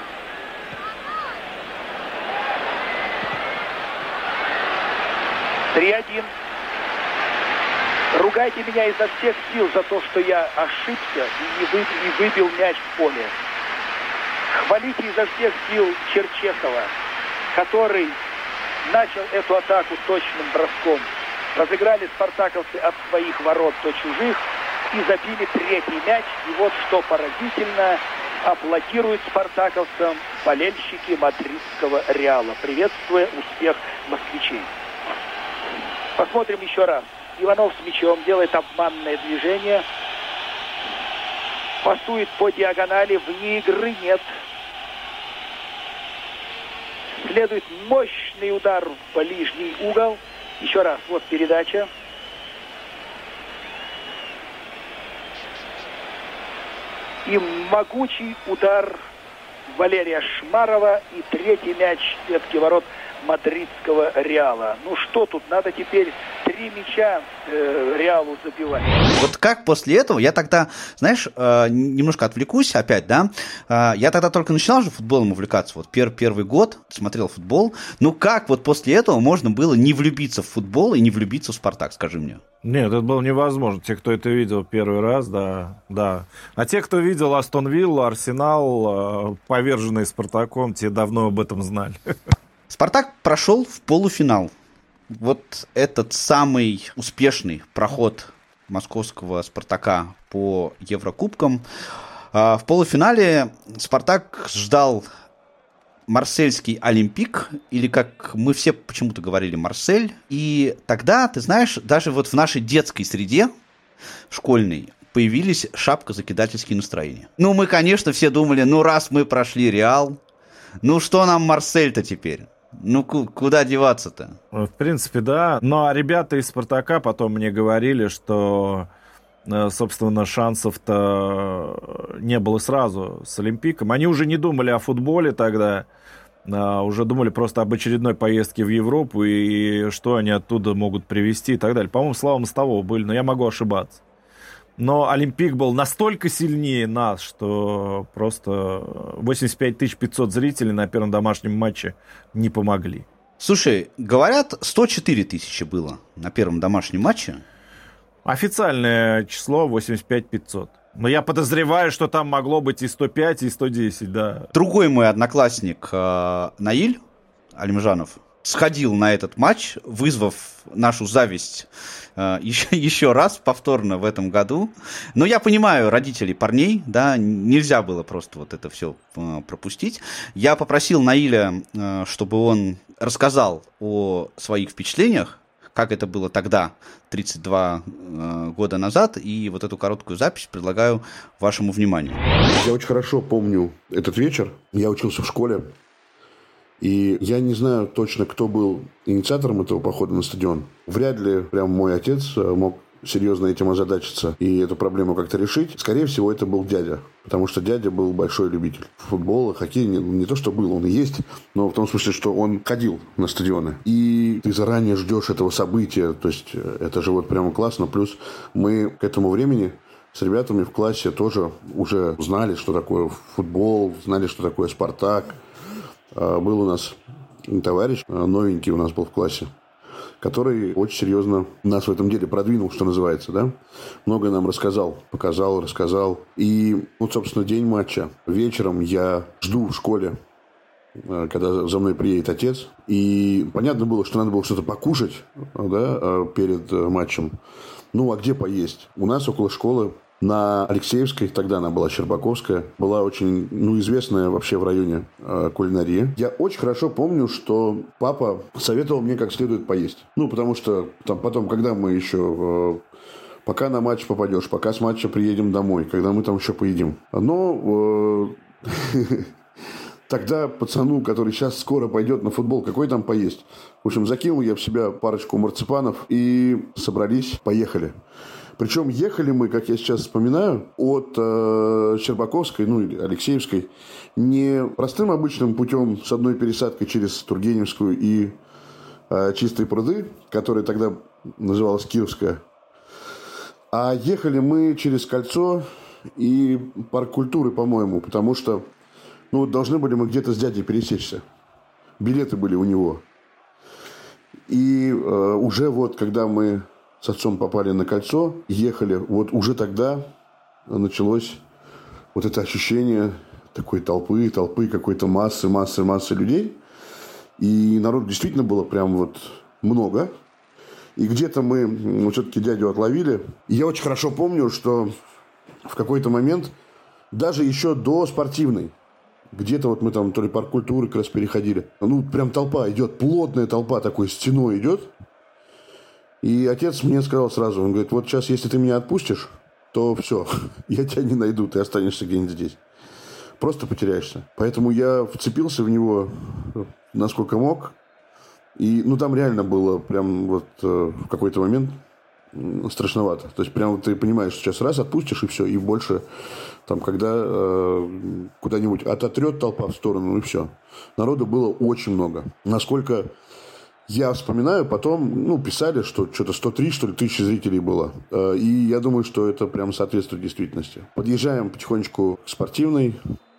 три-один. Ругайте меня изо всех сил за то, что я ошибся и не выбил, и выбил мяч в поле. Хвалите изо всех сил Черчесова, который начал эту атаку точным броском. Разыграли спартаковцы от своих ворот до чужих и забили третий мяч. И вот что поразительно, аплодируют спартаковцам болельщики мадридского Реала, приветствуя успех москвичей. Посмотрим еще раз. Иванов с мячом делает обманное движение. Пасует по диагонали. Вне игры нет. Следует мощный удар в ближний угол. Еще раз. Вот передача. И могучий удар Валерия Шмарова. И третий мяч в сетке ворот мадридского Реала. Ну что тут, надо теперь три мяча э, Реалу забивать. Вот как после этого, я тогда, знаешь, э, немножко отвлекусь опять, да, э, я тогда только начинал же футболом увлекаться, вот пер, первый год смотрел футбол, ну как вот после этого можно было не влюбиться в футбол и не влюбиться в Спартак, скажи мне? Нет, это было невозможно. Те, кто это видел первый раз, да, да. А те, кто видел Астон Виллу, Арсенал, поверженные Спартаком, те давно об этом знали. Спартак прошел в полуфинал. Вот этот самый успешный проход московского Спартака по Еврокубкам. В полуфинале Спартак ждал марсельский Олимпик, или как мы все почему-то говорили, Марсель. И тогда, ты знаешь, даже вот в нашей детской среде школьной появились шапкозакидательские настроения. Ну, мы, конечно, все думали, ну, раз мы прошли Реал, ну, что нам Марсель-то теперь? Ну, ку- куда деваться-то? В принципе, да. Но ребята из «Спартака» потом мне говорили, что, собственно, шансов-то не было сразу с «Олимпиком». Они уже не думали о футболе тогда, уже думали просто об очередной поездке в Европу и что они оттуда могут привезти и так далее. По-моему, Слава Мостового были, но я могу ошибаться. Но Олимпик был настолько сильнее нас, что просто восемьдесят пять тысяч пятьсот зрителей на первом домашнем матче не помогли. Слушай, говорят, сто четыре тысячи было на первом домашнем матче. Официальное число восемьдесят пять тысяч пятьсот. Но я подозреваю, что там могло быть и сто пять, и сто десять, да. Другой мой одноклассник э, Наиль Алимжанов сходил на этот матч, вызвав нашу зависть э, еще, еще раз, повторно в этом году. Но я понимаю родителей парней, да, нельзя было просто вот это все э, пропустить. Я попросил Наиля, э, чтобы он рассказал о своих впечатлениях, как это было тогда, тридцать два э, года назад, и вот эту короткую запись предлагаю вашему вниманию. Я очень хорошо помню этот вечер. Я учился в школе. И я не знаю точно, кто был инициатором этого похода на стадион. Вряд ли прям мой отец мог серьезно этим озадачиться и эту проблему как-то решить. Скорее всего, это был дядя. Потому что дядя был большой любитель футбола, хоккея. Не, не то, что был, он и есть, но в том смысле, что он ходил на стадионы. И ты заранее ждешь этого события. То есть, это же вот прямо классно. Плюс мы к этому времени с ребятами в классе тоже уже знали, что такое футбол, знали, что такое «Спартак». Был у нас товарищ, новенький у нас был в классе, который очень серьезно нас в этом деле продвинул, что называется, да. Много нам рассказал, показал, рассказал. И вот, собственно, день матча. Вечером я жду в школе, когда за мной приедет отец. И понятно было, что надо было что-то покушать, да, перед матчем. Ну, а где поесть? У нас около школы на Алексеевской, тогда она была Щербаковская, была очень, ну, известная вообще в районе э, кулинария. Я очень хорошо помню, что папа советовал мне как следует поесть. Ну, потому что там потом, когда мы еще... Э, пока на матч попадешь, пока с матча приедем домой, когда мы там еще поедим. Но... Э, Тогда пацану, который сейчас скоро пойдет на футбол, какой там поесть? В общем, закинул я в себя парочку марципанов и собрались, поехали. Причем ехали мы, как я сейчас вспоминаю, от э, Щербаковской, ну или Алексеевской, не простым обычным путем с одной пересадкой через Тургеневскую и э, Чистые пруды, которая тогда называлась Киевская, а ехали мы через Кольцо и Парк культуры, по-моему, потому что ну, вот должны были мы где-то с дядей пересечься. Билеты были у него. И э, уже вот, когда мы с отцом попали на Кольцо, ехали, вот уже тогда началось вот это ощущение такой толпы, толпы какой-то массы, массы, массы людей. И народу действительно было прям вот много. И где-то мы ну, все-таки дядю отловили. И я очень хорошо помню, что в какой-то момент, даже еще до спортивной, где-то вот мы там то ли парк культуры как раз переходили. Ну, прям толпа идет, плотная толпа такой стеной идет. И отец мне сказал сразу, он говорит, вот сейчас, если ты меня отпустишь, то все, я тебя не найду, ты останешься где-нибудь здесь. Просто потеряешься. Поэтому я вцепился в него насколько мог. И, ну, там реально было прям вот э, в какой-то момент страшновато. То есть, прям вот ты понимаешь, что сейчас раз отпустишь, и все, и больше... Там, когда э, куда-нибудь ототрет толпа в сторону, и все. Народу было очень много. Насколько я вспоминаю, потом, ну, писали, что что-то сто три, что ли, тысячи зрителей было. Э, и я думаю, что это прям соответствует действительности. Подъезжаем потихонечку к спортивной.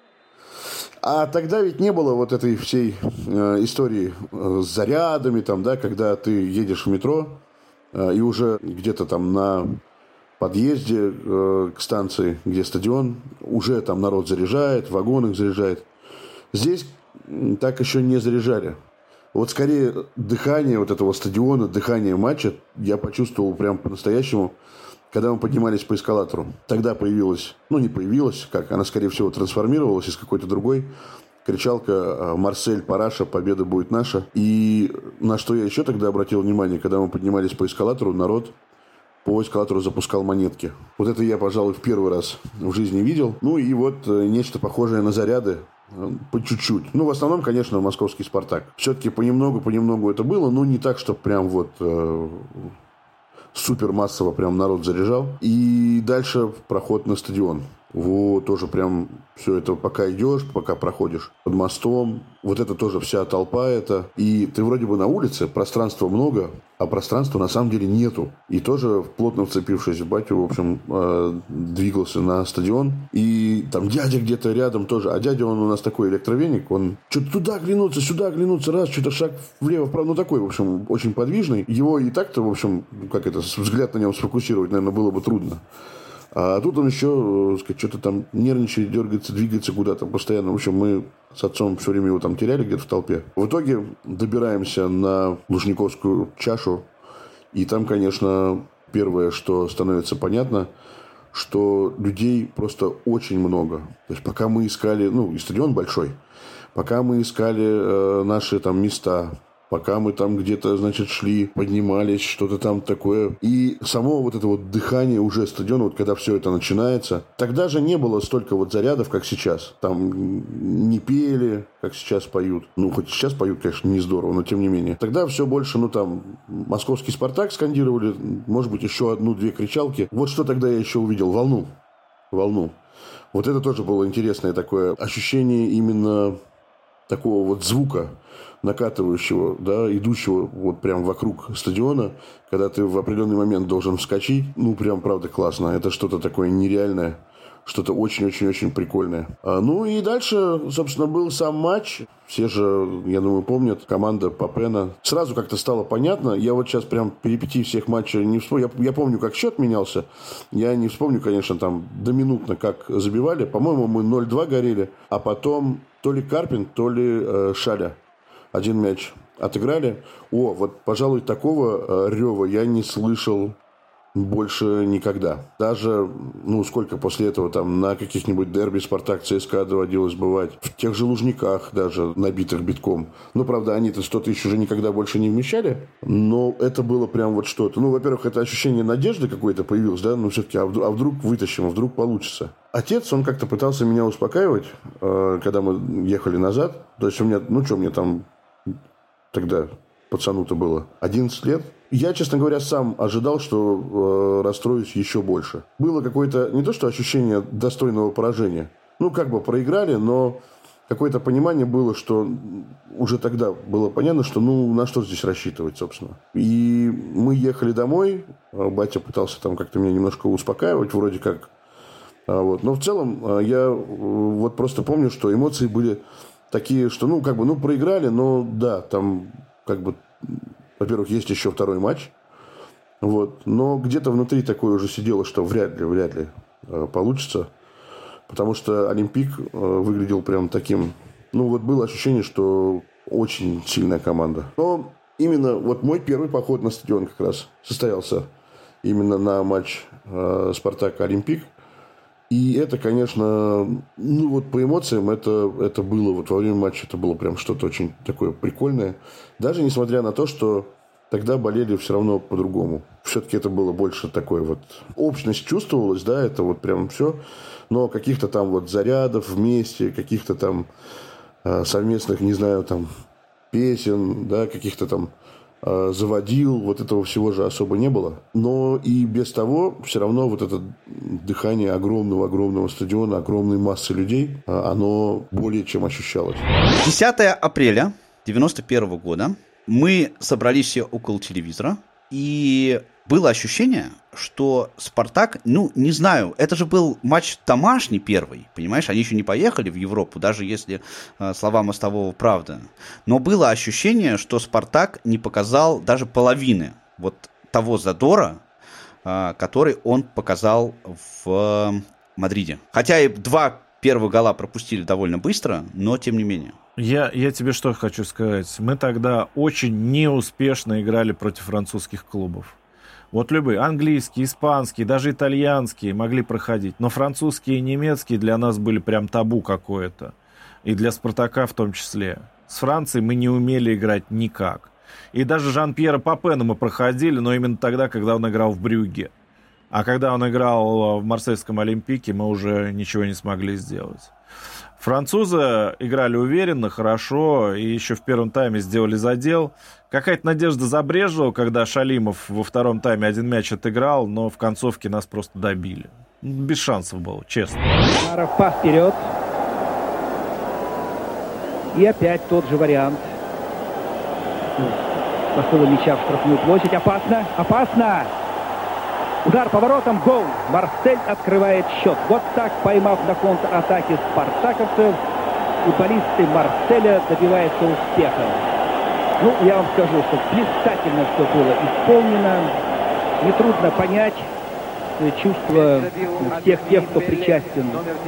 А тогда ведь не было вот этой всей э, истории э, с зарядами, там, да, когда ты едешь в метро, э, и уже где-то там на... подъезде э, к станции, где стадион, уже там народ заряжает, вагон их заряжает. Здесь так еще не заряжали. Вот скорее дыхание вот этого стадиона, дыхание матча я почувствовал прям по-настоящему, когда мы поднимались по эскалатору. Тогда появилась, ну не появилась, как, она скорее всего трансформировалась из какой-то другой кричалка «Марсель, Параша, победа будет наша». И на что я еще тогда обратил внимание, когда мы поднимались по эскалатору, народ по эскалатору запускал монетки. Вот это я, пожалуй, в первый раз в жизни видел. Ну и вот нечто похожее на заряды по чуть-чуть. Ну, в основном, конечно, московский «Спартак». Все-таки понемногу-понемногу это было, но не так, что прям вот э, супер массово прям народ заряжал. И дальше проход на стадион. Вот, тоже прям все это, пока идешь, пока проходишь под мостом, вот это тоже вся толпа это. И ты вроде бы на улице, пространства много, а пространства на самом деле нету. И тоже, плотно вцепившись в батю, в общем, э, двигался на стадион. И там дядя где-то рядом тоже. А дядя, он у нас такой электровеник, он что-то туда оглянуться, сюда оглянуться, раз, что-то шаг влево, вправо. Ну, такой, в общем, очень подвижный. Его и так-то, в общем, как это, взгляд на нем сфокусировать, наверное, было бы трудно. А тут он еще, сказать, что-то там нервничает, дергается, двигается куда-то постоянно. В общем, мы с отцом все время его там теряли где-то в толпе. В итоге добираемся на Лужниковскую чашу. И там, конечно, первое, что становится понятно, что людей просто очень много. То есть, пока мы искали, ну, и стадион большой, пока мы искали э, наши там места, пока мы там где-то, значит, шли, поднимались, что-то там такое. И само вот это вот дыхание уже стадиона, вот когда все это начинается, тогда же не было столько вот зарядов, как сейчас. Там не пели, как сейчас поют. Ну, хоть сейчас поют, конечно, не здорово, но тем не менее. Тогда все больше, ну, там, московский «Спартак» скандировали, может быть, еще одну-две кричалки. Вот что тогда я еще увидел? Волну. Волну. Вот это тоже было интересное такое ощущение именно такого вот звука, накатывающего, да, идущего вот прям вокруг стадиона, когда ты в определенный момент должен вскочить, ну, прям, правда, классно. Это что-то такое нереальное, что-то очень-очень-очень прикольное. А, ну, и дальше, собственно, был сам матч. Все же, я думаю, помнят, команда Папена. Сразу как-то стало понятно. Я вот сейчас прям перипетии всех матчей не вспомню. Я, я помню, как счет менялся. Я не вспомню, конечно, там доминутно, как забивали. По-моему, мы ноль-два горели, а потом то ли Карпин, то ли э, Шаля. Один мяч отыграли. О, вот, пожалуй, такого э, рева я не слышал больше никогда. Даже, ну, сколько после этого там на каких-нибудь дерби Спартак ЦСКА доводилось бывать. В тех же Лужниках даже, набитых битком. Ну, правда, они-то сто тысяч уже никогда больше не вмещали. Но это было прям вот что-то. Ну, во-первых, это ощущение надежды какой-то появилось, да, ну, все-таки, а вдруг, а вдруг вытащим, а вдруг получится. Отец, он как-то пытался меня успокаивать, э, когда мы ехали назад. То есть у меня, ну, что мне там тогда пацану-то было? одиннадцать лет. Я, честно говоря, сам ожидал, что э, расстроюсь еще больше. Было какое-то, не то что ощущение достойного поражения. Ну, как бы проиграли, но какое-то понимание было, что уже тогда было понятно, что ну на что здесь рассчитывать, собственно. И мы ехали домой. Батя пытался там как-то меня немножко успокаивать, вроде как. Вот. Но в целом я вот просто помню, что эмоции были такие, что ну как бы ну проиграли, но да, там как бы... Во-первых, есть еще второй матч. Вот. Но где-то внутри такое уже сидело, что вряд ли, вряд ли э, получится. Потому что Олимпик э, выглядел прям таким... Ну, вот было ощущение, что очень сильная команда. Но именно вот мой первый поход на стадион как раз состоялся именно на матч э, «Спартак-Олимпик». И это, конечно, ну вот по эмоциям это, это было, вот во время матча это было прям что-то очень такое прикольное. Даже несмотря на то, что тогда болели все равно по-другому. Все-таки это было больше такое вот... Общность чувствовалась, да, это вот прям все. Но каких-то там вот зарядов вместе, каких-то там э, совместных, не знаю, там песен, да, каких-то там э, заводил, вот этого всего же особо не было. Но и без того все равно вот это дыхание огромного-огромного стадиона, огромной массы людей, э, оно более чем ощущалось. десятого апреля девяносто первого года мы собрались все около телевизора, и было ощущение, что «Спартак», ну, не знаю, это же был матч домашний первый, понимаешь, они еще не поехали в Европу, даже если э, слова Мостового правда, но было ощущение, что «Спартак» не показал даже половины вот того задора, э, который он показал в э, Мадриде. Хотя и два первых гола пропустили довольно быстро, но тем не менее. Я, я тебе что хочу сказать. Мы тогда очень неуспешно играли против французских клубов. Вот любые, английские, испанские, даже итальянские могли проходить. Но французские и немецкие для нас были прям табу какое-то. И для «Спартака» в том числе. С Францией мы не умели играть никак. И даже Жан-Пьера Папена мы проходили, но именно тогда, когда он играл в Брюгге. А когда он играл в марсельском Олимпике, мы уже ничего не смогли сделать. Французы играли уверенно, хорошо, и еще в первом тайме сделали задел. Какая-то надежда забрежила, когда Шалимов во втором тайме один мяч отыграл, но в концовке нас просто добили. Без шансов было, честно. Пас вперед. И опять тот же вариант. Посыл мяча в штрафную площадь. Опасно, опасно! Удар поворотом, гол. Марсель открывает счет. Вот так, поймав на контратаке спартаковцев, футболисты Марселя добиваются успеха. Ну, я вам скажу, что блистательно все было исполнено. Нетрудно понять чувства всех тех, кто причастен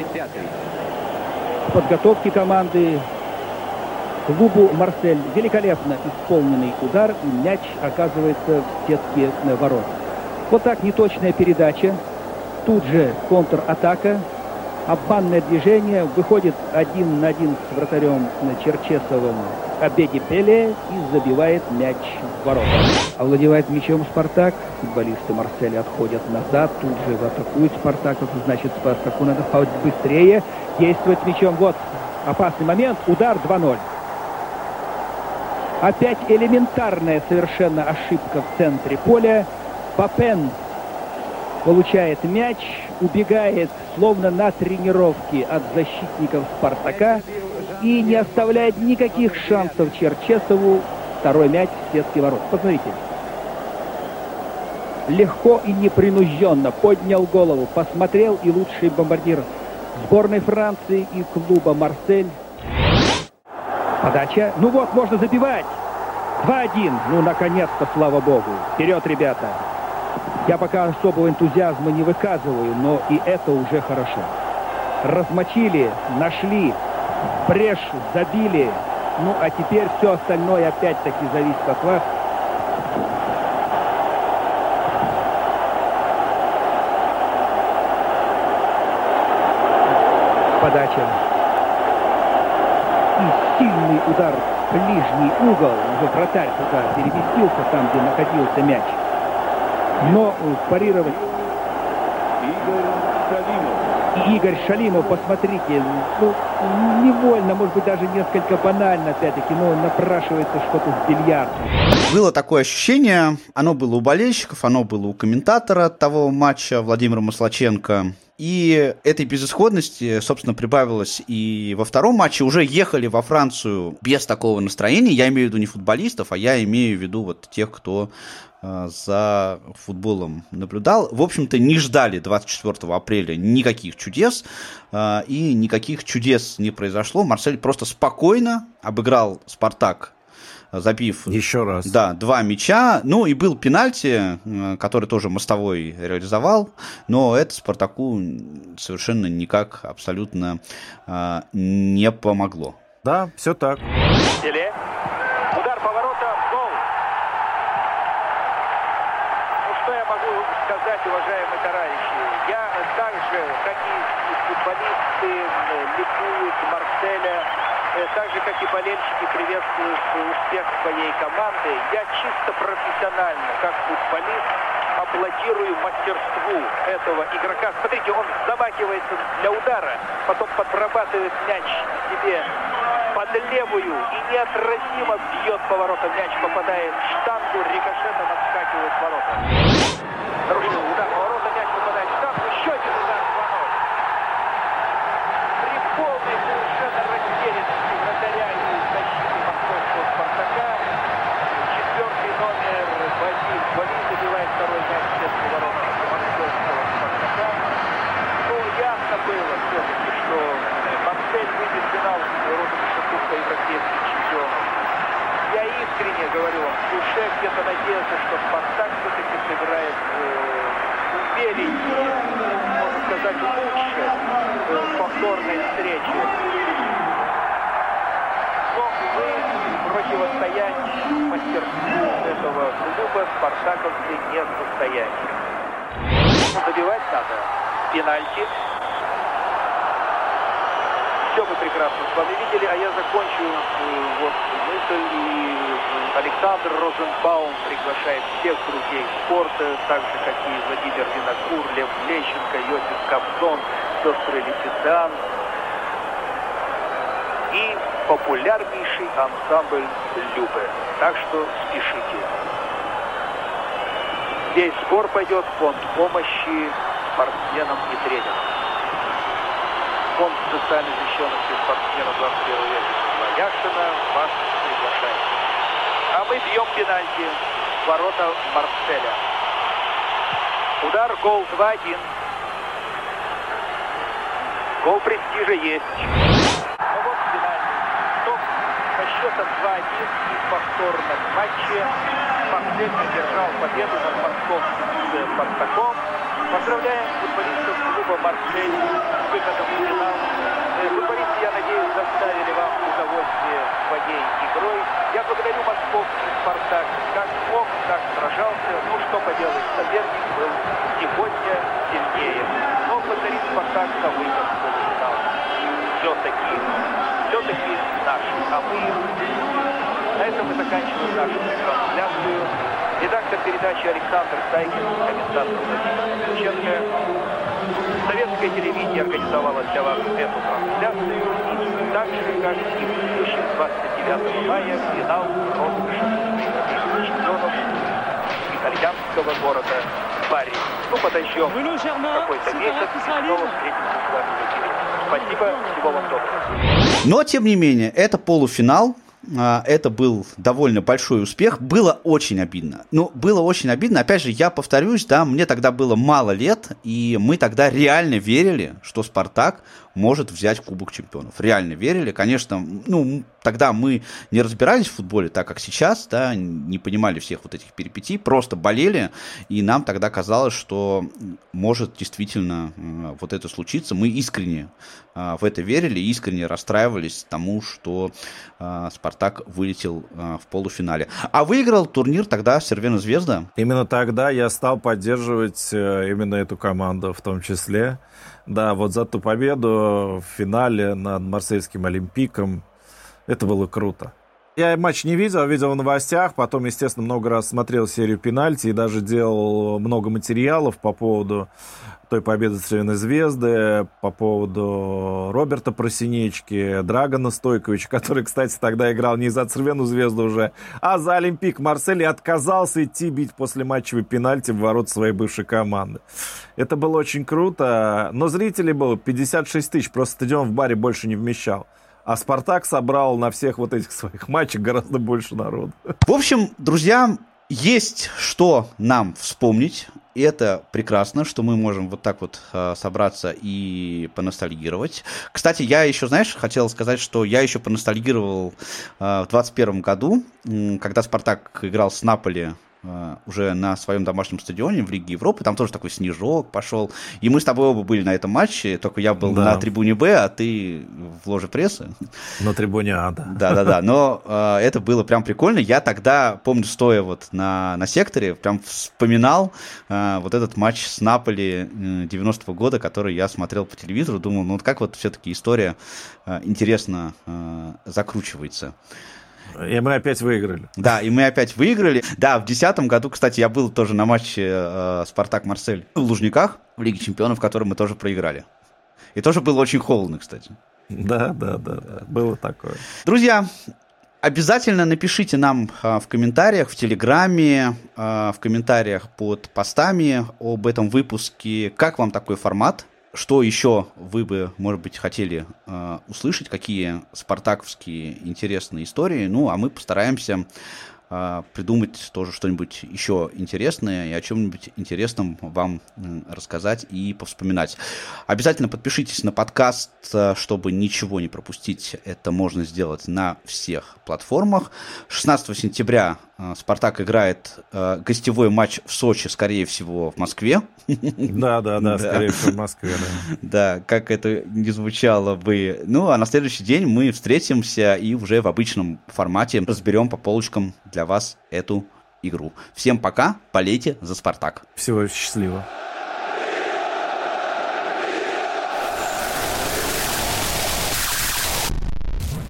к подготовке команды. Клубу Марсель великолепно исполненный удар, и мяч оказывается в сетке ворот. Вот так неточная передача. Тут же контратака. Обманное движение. Выходит один на один с вратарем Черчесовым Абеди Пеле и забивает мяч в ворота. Овладевает мячом Спартак. Футболисты Марселя отходят назад. Тут же атакует Спартаков. Значит, Спартаку надо ходить быстрее. Действовать с мячом. Вот опасный момент. Удар два ноль. Опять элементарная совершенно ошибка в центре поля. Папен получает мяч, убегает словно на тренировке от защитников Спартака и не оставляет никаких шансов Черчесову. Второй мяч в сетке ворот. Посмотрите. Легко и непринужденно поднял голову, посмотрел, и лучший бомбардир сборной Франции и клуба Марсель. Подача. Ну вот, можно забивать. два один. Ну, наконец-то, слава богу. Вперед, ребята. Я пока особого энтузиазма не выказываю, но и это уже хорошо. Размочили, нашли, брешь забили. Ну, а теперь все остальное опять-таки зависит от вас. Подача. И сильный удар в ближний угол. Уже вратарь туда переместился, там, где находился мяч. Но парировать... И Игорь Шалимов, посмотрите, ну, невольно, может быть, даже несколько банально, опять-таки, но напрашивается что-то с бильярдом. Было такое ощущение, оно было у болельщиков, оно было у комментатора того матча Владимира Маслаченко. И этой безысходности, собственно, прибавилось и во втором матче. Уже ехали во Францию без такого настроения. Я имею в виду не футболистов, а я имею в виду вот тех, кто э, за футболом наблюдал. В общем-то, не ждали двадцать четвёртого апреля никаких чудес. Э, и никаких чудес не произошло. Марсель просто спокойно обыграл «Спартак», забив еще раз. Да, два мяча. Ну и был пенальти, который тоже Мостовой реализовал, но это Спартаку совершенно никак абсолютно э, не помогло. Да, все так. Удар поворота, гол. Ну что я могу сказать, уважаемые товарищи? Я так же, как и футболисты, ликуют Марселя, так же, как и болельщики, приветствуют успех своей команды. Я чисто профессионально, как футболист, аплодирую мастерству этого игрока. Смотрите, он замахивается для удара, потом подбрабатывает мяч себе под левую и неотразимо бьет поворотом. Мяч попадает в штангу, рикошетом отскакивает в ворота. Нарушил удар поворота, мяч попадает в штангу, еще один удар в ворот. При полной совершенно растерянности вратаря и защиты московского «Спартака» четвертый номер Василий Вали забивает второй мяч в сетку ворот московского «Спартака». Ну, ясно было все-таки, что Марсель выйдет в финал розыгрыша Кубка европейских чемпионов. Я искренне говорю вам, в душе где-то надеялся, что «Спартак» все-таки сыграет э, увереннее, можно сказать, лучше э, в повторной встрече. Но, увы, противостоять мастерству этого клуба спартаковцы не в состоянии. Забивать надо пенальти. Все мы прекрасно с вами видели, а я закончу э, вот мысль и Александр Розенбаум приглашает всех друзей спорта, так же, как и Владимир Винокур, Лев Лещенко, Йосиф Кобзон, сестры Лисидан и популярнейший ансамбль Любе. Так что спешите. Весь сбор пойдет в фонд помощи спортсменам и тренерам. Фонд социальной защищенности спортсменов двадцать первого века Яшина вас приглашает. А мы бьем пенальти в ворота Марселя. Удар, гол два один. Гол престижа есть. Ну вот финальный итог со счетом два один и в повторном матче Марсель одержал победу над московским «Спартаком». Поздравляем футболистов клуба «Марсель» с выходом в финал. Футболисты, я надеюсь, доставили вам удовольствие своей игрой. Я благодарю московский «Спартак». Как мог, так сражался. Ну, что поделать, соперник был сегодня сильнее. Но благодарит «Спартак» за выход в полуфинал. Все-таки, все-таки наши. А мы... На этом мы заканчиваем нашу трансляцию. Редактор передачи Александр Стайкин, комментатор Владимир Шевченко. Советское телевидение организовало для вас эту трансляцию. И также, как и в следующем двадцать девятого мая, финал розыгрыша чемпионов итальянского города Бари. Ну, подождем какой-то месяц и снова встретимся с вами в эфире. Спасибо, всего вам доброго. Но, тем не менее, это полуфинал. Это был довольно большой успех. Было очень обидно. Ну, было очень обидно. Опять же, я повторюсь, да, мне тогда было мало лет, и мы тогда реально верили, что «Спартак» может взять Кубок Чемпионов. Реально верили. Конечно, ну, тогда мы не разбирались в футболе так, как сейчас, да, не понимали всех вот этих перипетий, просто болели, и нам тогда казалось, что может действительно вот это случиться. Мы искренне в это верили, искренне расстраивались тому, что «Спартак» вылетел в полуфинале. А выиграл турнир тогда «Цервена Звезда». Именно тогда я стал поддерживать именно эту команду в том числе. Да, вот за ту победу в финале над марсельским «Олимпиком. Это было круто. Я матч не видел, видел в новостях, потом, естественно, много раз смотрел серию пенальти и даже делал много материалов по поводу той победы «Цервеной Звезды», по поводу Роберта Просинечки, Драгана Стойковича, который, кстати, тогда играл не за «Цервену Звезду» уже, а за «Олимпик» Марсель, и отказался идти бить после матчевой пенальти в ворот своей бывшей команды. Это было очень круто, но зрителей было пятьдесят шесть тысяч, просто стадион в Баре больше не вмещал. А «Спартак» собрал на всех вот этих своих матчах гораздо больше народу. В общем, друзья, есть что нам вспомнить. И это прекрасно, что мы можем вот так вот э, собраться и поностальгировать. Кстати, я еще, знаешь, хотел сказать, что я еще поностальгировал э, в двадцать первом году, э, когда «Спартак» играл с «Наполи» э, уже на своем домашнем стадионе в Лиге Европы. Там тоже такой снежок пошел. И мы с тобой оба были на этом матче, только я был да. на трибуне «Б», а ты в ложе прессы. На трибуне «А», да. Да-да-да, но э, это было прям прикольно. Я тогда, помню, стоя вот на, на секторе, прям вспоминал э, вот этот матч с «Наполи» девяностого года, который я смотрел по телевизору. Думал, ну вот как вот все-таки история э, интересно э, закручивается. И мы опять выиграли. Да, и мы опять выиграли. Да, в две тысячи десятом году, кстати, я был тоже на матче э, «Спартак-Марсель» в Лужниках, в Лиге Чемпионов, в котором мы тоже проиграли. И тоже было очень холодно, кстати. Да, да, да, да, было такое. Друзья, обязательно напишите нам э, в комментариях, в Телеграме, э, в комментариях под постами об этом выпуске, как вам такой формат. Что еще вы бы, может быть, хотели э, услышать, какие спартаковские интересные истории. Ну, а мы постараемся э, придумать тоже что-нибудь еще интересное и о чем-нибудь интересном вам э, рассказать и повспоминать. Обязательно подпишитесь на подкаст, чтобы ничего не пропустить. Это можно сделать на всех платформах. шестнадцатого сентября э, «Спартак» играет э, гостевой матч в Сочи, скорее всего, в Москве. Да, да, да, скорее всего, в Москве, да. Да, как это ни звучало бы. Ну, а на следующий день мы встретимся и уже в обычном формате разберем по полочкам для вас эту игру. Всем пока, болейте за «Спартак». Всего счастливо.